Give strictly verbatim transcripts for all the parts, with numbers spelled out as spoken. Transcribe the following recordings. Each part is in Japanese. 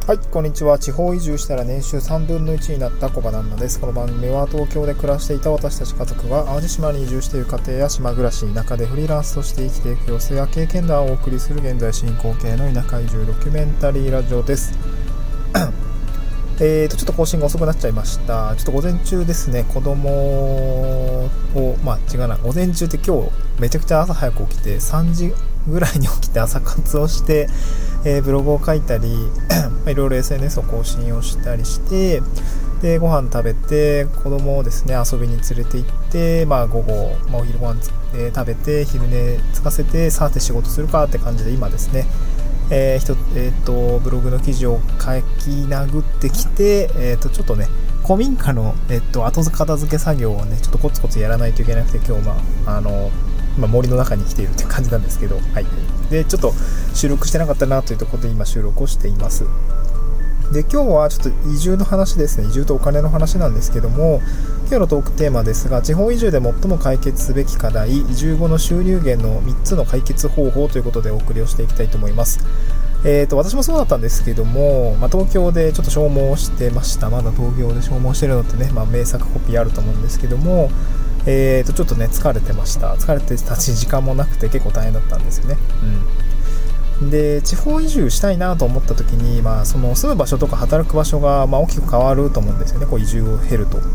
はい、こんにちは。地方移住したら年収さんぶんのいちになった小場旦那です。この番組は東京で暮らしていた私たち家族が淡路島に移住している家庭や島暮らし、田舎でフリーランスとして生きていく様子や経験談をお送りする現在進行形の田舎移住ドキュメンタリーラジオです。えーとちょっと更新が遅くなっちゃいました。ちょっと午前中ですね、子供をまあ違うな午前中って今日めちゃくちゃ朝早く起きてさんじぐらいに起きて朝活をして、えー、ブログを書いたりいろいろ エスエヌエス を更新をしたりして、でご飯食べて子供をですね遊びに連れて行って、まあ、午後、まあ、お昼ご飯つ、えー、食べて昼寝つかせてさて仕事するかって感じで今ですねえーひとえー、とブログの記事を書き殴ってきて、えー、とちょっとね古民家の、えー、と後片付け作業をねちょっとコツコツやらないといけなくて今日、まああのまあ、森の中に来ているという感じなんですけど、はい、でちょっと収録してなかったなというところで今収録をしています。で今日はちょっと移住の話ですね。移住とお金の話なんですけども、今日のトークテーマですが、地方移住で最も解決すべき課題、移住後の収入源のみっつの解決方法ということでお送りをしていきたいと思います。えーと私もそうだったんですけども、まあ、東京でちょっと消耗してました。まだ東京で消耗してるのってね、まあ、名作コピーあると思うんですけども、えーとちょっとね疲れてました。疲れてたし時間もなくて結構大変だったんですよね。うんで地方移住したいなと思った時に、まあ、その住む場所とか働く場所がまあ大きく変わると思うんですよね。こう移住を経ると、うん、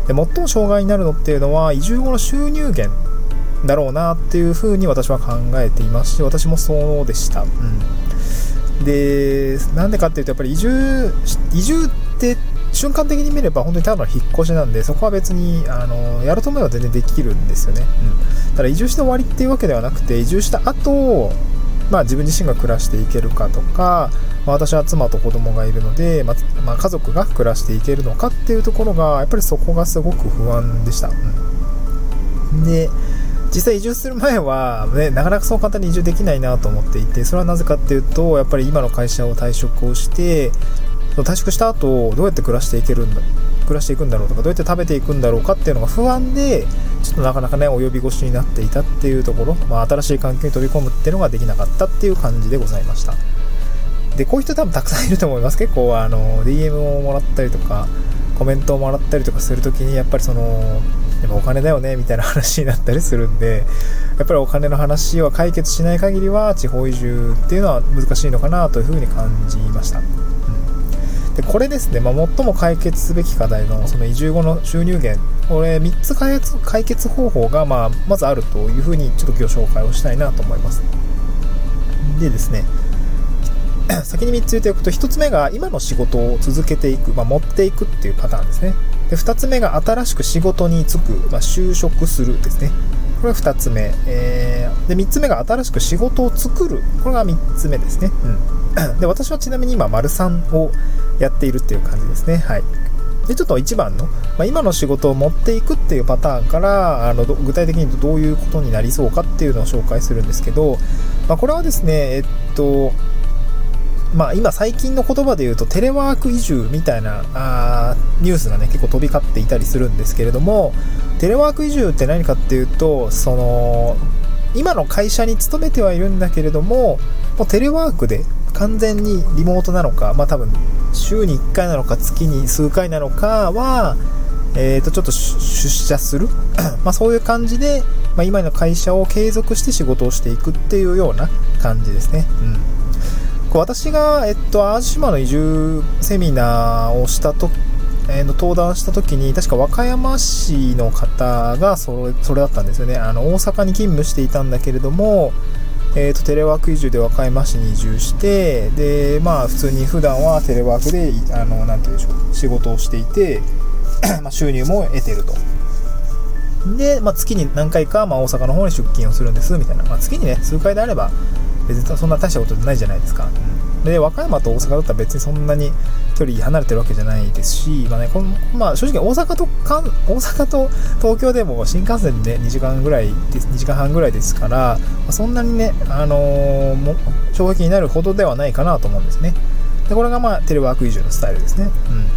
で最も障害になるのっていうのは移住後の収入源だろうなっていうふうに私は考えていますし、私もそうでした。うん、でなんでかっていうとやっぱり移住移住って瞬間的に見れば本当にただの引っ越しなんで、そこは別にあのやると思えば全然できるんですよね。うん、ただ移住して終わりっていうわけではなくて、移住した後まあ、自分自身が暮らしていけるかとか、まあ、私は妻と子供がいるので、まあまあ、家族が暮らしていけるのかっていうところがやっぱりそこがすごく不安でした。うん、で実際移住する前は、ね、なかなかそう簡単に移住できないなと思っていて、それはなぜかっていうとやっぱり今の会社を退職をして退職した後どうやって暮らしていけるんだ暮らしていくんだろうとかどうやって食べていくんだろうかっていうのが不安で、ちょっとなかなかね及び腰になっていたっていうところ、まあ、新しい環境に飛び込むっていうのができなかったっていう感じでございました。でこういう人多分たくさんいると思います。結構あの ディーエム をもらったりとかコメントをもらったりとかするときにやっぱりそのでもお金だよねみたいな話になったりするんで、やっぱりお金の話は解決しない限りは地方移住っていうのは難しいのかなというふうに感じました。でこれですね、まあ、最も解決すべき課題 の, その移住後の収入源、これみっつ解決、解決方法が、まあ、まずあるというふうにちょっと今日紹介をしたいなと思います。でですね先にみっつ言っておくと、ひとつめが今の仕事を続けていく、まあ、持っていくっていうパターンですね。でふたつめが新しく仕事に就く、まあ、就職するですね。これがふたつめ、えー、でみっつめが新しく仕事を作る、これがみっつめですね。うん、で私はちなみに今丸さんをやっているっていう感じですね。はい。でちょっといちばんの、まあ、今の仕事を持っていくっていうパターンからあの具体的にどういうことになりそうかっていうのを紹介するんですけど、まあ、これはですねえっとまあ今最近の言葉で言うとテレワーク移住みたいなあーニュースがね結構飛び交っていたりするんですけれども、テレワーク移住って何かっていうと、その今の会社に勤めてはいるんだけれども、もうテレワークで完全にリモートなのか、まあ多分週にいっかいなのか月に数回なのかは、えー、とちょっと出社するまあそういう感じで、まあ、今の会社を継続して仕事をしていくっていうような感じですね。うんこう私が、えっと、淡路島の移住セミナーをしたと、えー、登壇した時に確か和歌山市の方がそれ、それだったんですよね。あの大阪に勤務していたんだけれども、えー、とテレワーク移住で和歌山市に移住して、でまあ普通に普段はテレワークであのなんていうんでしょう仕事をしていてまあ収入も得てると。で、まあ、月に何回か、まあ、大阪の方に出勤をするんですみたいな、まあ、月にね数回であれば別にそんな大したことじゃないじゃないですか。うん、で和歌山と大阪だったら別にそんなに距離離れてるわけじゃないですし、まあねこのまあ、正直大阪とか大阪と東京でも新幹線で、ね、にじかんぐらいですにじかんはんぐらいですから、まあ、そんなにね、あのー、も障壁になるほどではないかなと思うんですね。でこれが、まあ、テレワーク移住のスタイルですね。うん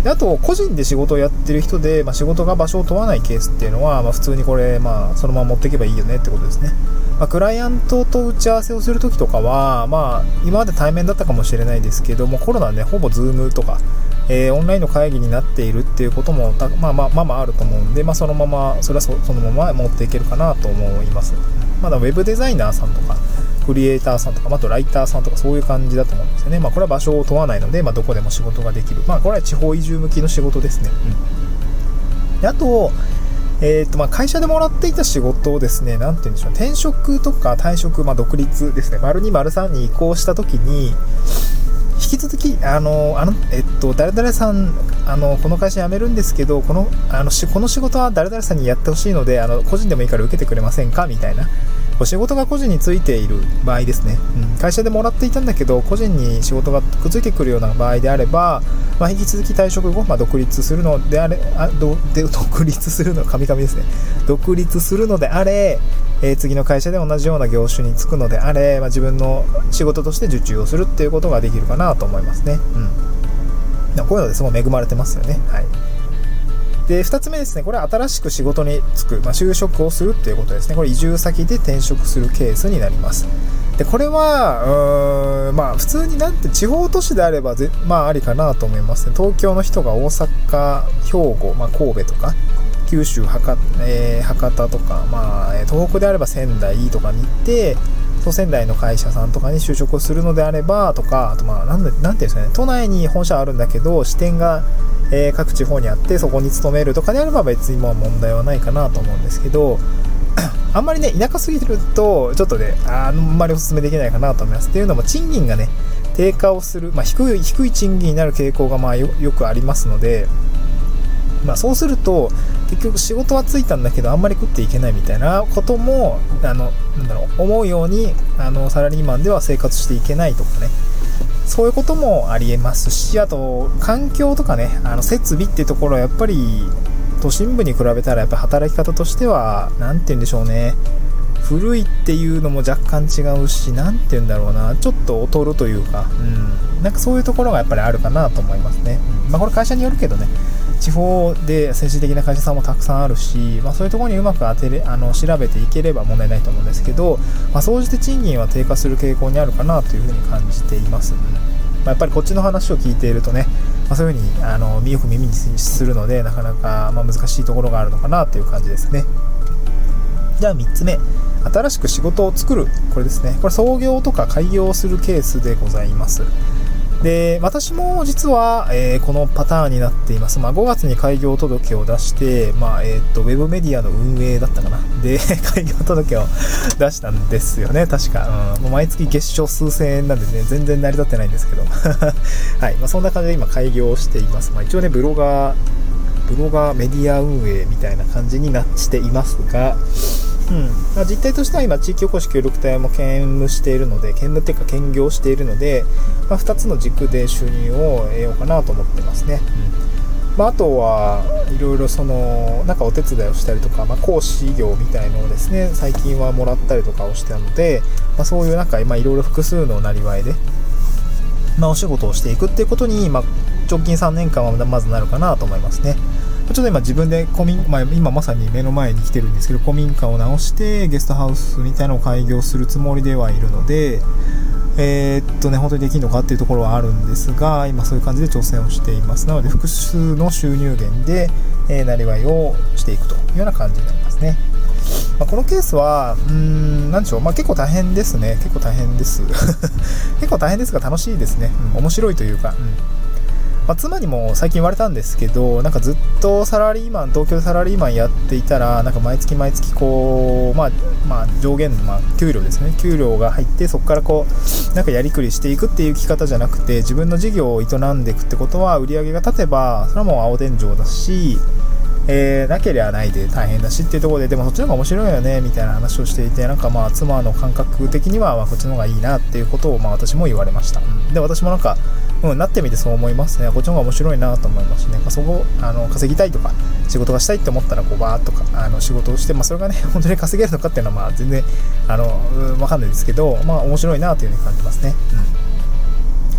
であと個人で仕事をやってる人で、まあ、仕事が場所を問わないケースっていうのは、まあ、普通にこれ、まあ、そのまま持っていけばいいよねってことですね。まあ、クライアントと打ち合わせをするときとかは、まあ、今まで対面だったかもしれないですけども、コロナで、ね、ほぼズームとか、えー、オンラインの会議になっているっていうこともた、まあ、まあまあまああると思うんで、まあ、そのままそれは そ, そのまま持っていけるかなと思います。まだウェブデザイナーさんとかクリエイターさんとか、あとライターさんとかそういう感じだと思うんですよね。まあ、これは場所を問わないので、まあ、どこでも仕事ができる。まあ、これは地方移住向きの仕事ですね。うん、であと、えーとまあ、会社でもらっていた仕事をですね、なんて言うんでしょう、転職とか退職、まあ、独立ですね、丸に丸さんに移行したときに、引き続き、あの、あの、えっと、誰々さん、あの、この会社辞めるんですけど、この、あの、この仕事は誰々さんにやってほしいので、あの、個人でもいいから受けてくれませんかみたいな。仕事が個人についている場合ですね、うん、会社でもらっていたんだけど個人に仕事がくっついてくるような場合であれば、まあ、引き続き退職後、まあ、独立するのであれあどで独立するの神々ですね独立するのであれ、えー、次の会社で同じような業種に就くのであれ、まあ、自分の仕事として受注をするっていうことができるかなと思いますね、うん、こういうのですごい恵まれてますよね。はい。でふたつめですね、これは新しく仕事に就く、まあ、就職をするっていうことですね。これ移住先で転職するケースになります。でこれはうーん、まあ、普通になんて地方都市であればぜ、まあ、ありかなと思いますね。東京の人が大阪、兵庫、まあ、神戸とか九州 博,、えー、博多とか、まあ、東北であれば仙台とかに行ってそう仙台の会社さんとかに就職をするのであればとか、あとまあなんで、なんていうんですかね、都内に本社あるんだけど支店がえー、各地方にあってそこに勤めるとかであれば別にもう問題はないかなと思うんですけどあんまりね田舎すぎるとちょっとねあんまりお勧めできないかなと思います。っていうのも賃金がね低下をする、まあ、低い低い賃金になる傾向がまあ よ, よくありますので、まあ、そうすると結局仕事はついたんだけどあんまり食っていけないみたいなこともあのなんだろう思うようにあのサラリーマンでは生活していけないとかね、そういうこともありえますし、あと環境とかね、あの設備っていうところはやっぱり都心部に比べたらやっぱ働き方としてはなんて言うんでしょうね、古いっていうのも若干違うし、なんて言うんだろうな、ちょっと劣るというか、うん、なんかそういうところがやっぱりあるかなと思いますね。うん、まあこれ会社によるけどね、地方で先進的な会社さんもたくさんあるし、まあ、そういうところにうまく当てれあの調べていければ問題ないと思うんですけど、まあ、総じて賃金は低下する傾向にあるかなというふうに感じています。うん、まあ、やっぱりこっちの話を聞いているとね、まあ、そういうふうにあのよく耳にするのでなかなかまあ難しいところがあるのかなという感じですね。じゃあみっつめ、新しく仕事を作る、これですね。これ創業とか開業するケースでございます。で私も実は、えー、このパターンになっています。まあ、ごがつに開業届を出して、まあえー、とウェブメディアの運営だったかなで開業届を出したんですよね、確か、うん、もう毎月月賞数千円なんでね全然成り立ってないんですけどはい、まあ、そんな感じで今開業しています。まあ、一応ねブロガーブロガーメディア運営みたいな感じになっていますが、うんまあ、実態としては今地域おこし協力隊も兼務しているので、兼務っていうか兼業しているので、まあ、ふたつの軸で収入を得ようかなと思ってますね。うんまあ、あとはいろいろそのなんかお手伝いをしたりとか、まあ、講師業みたいのをですね最近はもらったりとかをしてたので、まあ、そういうなんかいろいろ複数のなりわいで、まあ、お仕事をしていくっていうことに、まあ、直近さんねんかんはまずなるかなと思いますね。ちょっと今自分で古民、まあ、今まさに目の前に来てるんですけど、古民家を直してゲストハウスみたいなのを開業するつもりではいるので、えー、っとね本当にできるのかっていうところはあるんですが、今そういう感じで挑戦をしています。なので複数の収入源で、えー、なりわいをしていくというような感じになりますね。まあ、このケースはうーん何でしょう、まあ、結構大変ですね。結構大変です結構大変ですが楽しいですね。うん、面白いというか、うんまあ、妻にも最近言われたんですけど、なんかずっとサラリーマン東京でサラリーマンやっていたらなんか毎月毎月こう、まあまあ、上限の、まあ、給料ですね、給料が入ってそこからこうなんかやりくりしていくっていう生き方じゃなくて、自分の事業を営んでいくってことは売り上げが立てばそれはもう青天井だし、えー、なければないで大変だしっていうところで、でもそっちの方が面白いよねみたいな話をしていて、なんかまあ妻の感覚的にはまあこっちの方がいいなっていうことをまあ私も言われました。で私もなんか、うん、なってみてそう思いますね。こっちの方が面白いなと思いますしね。そこあの稼ぎたいとか仕事がしたいって思ったらこうバーッとかあの仕事をして、まあ、それがね本当に稼げるのかっていうのはまあ全然あの分かんないですけど、まあ面白いなというふうに感じますね。うん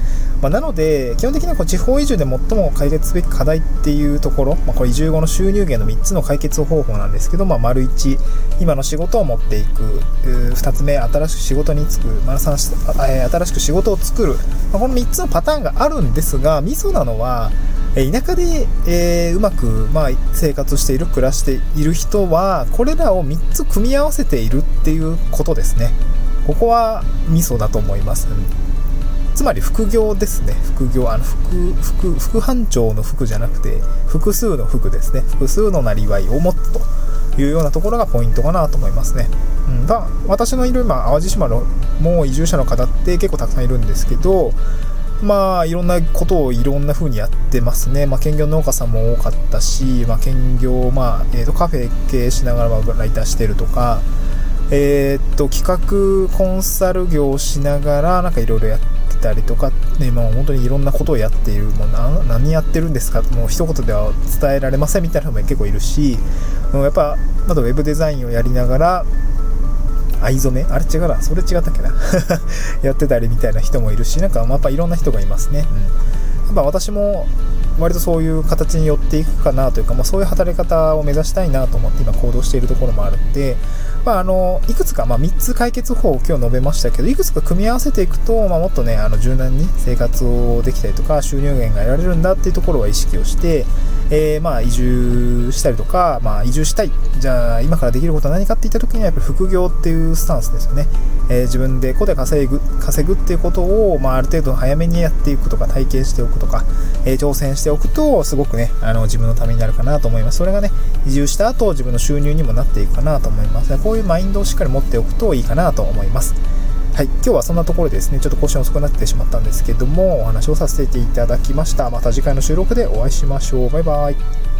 まあ、なので基本的にはこう地方移住で最も解決すべき課題っていうところ、まあ、これ移住後の収入源のみっつの解決方法なんですけど、まあ、丸いち、今の仕事を持っていく、ふたつめ、新しく仕事に就く、丸さん、新しく仕事を作る、まあ、このみっつのパターンがあるんですが、ミソなのは田舎で、えー、うまく、まあ、生活している、暮らしている人はこれらをみっつ組み合わせているっていうことですね。ここはミソだと思います。つまり副業ですね。副業、あの副副副班長の副じゃなくて複数の副ですね。複数のなりわいを持つというようなところがポイントかなと思いますね。うん、だ私のいる今淡路島のもう移住者の方って結構たくさんいるんですけど、まあいろんなことをいろんな風にやってますね。まあ兼業農家さんも多かったし、まあ兼業、まあえーとカフェ経営しながらまあライターしてるとか、えーと企画コンサル業をしながらなんかいろいろやってたりとか、ね、まあ本当にいろんなことをやっている、もう 何, 何やってるんですか、もう一言では伝えられませんみたいな人も結構いるし、やっぱまだウェブデザインをやりながら藍染め、あれ違うな、それ違ったっけなやってたりみたいな人もいるし、なんかやっぱいろんな人がいますね。うん、やっぱ私も割とそういう形に寄っていくかなというか、まあ、そういう働き方を目指したいなと思って今行動しているところもあるんで、まあ、あのいくつか、まあ、みっつ解決法を今日述べましたけど、いくつか組み合わせていくと、まあ、もっとねあの柔軟に生活をできたりとか収入源が得られるんだっていうところは意識をして、えー、まあ移住したりとか、まあ、移住したい、じゃあ今からできることは何かっていった時にはやっぱり副業っていうスタンスですよね。えー、自分で個で稼ぐ稼ぐっていうことを、まあ、ある程度早めにやっていくとか体験しておくとか、えー、挑戦しておくとすごくねあの自分のためになるかなと思います。それがね移住した後自分の収入にもなっていくかなと思います。こういうマインドをしっかり持っておくといいかなと思います。はい、今日はそんなところでですね、ちょっと更新遅くなってしまったんですけども、お話をさせていただきました。また次回の収録でお会いしましょう。バイバイ。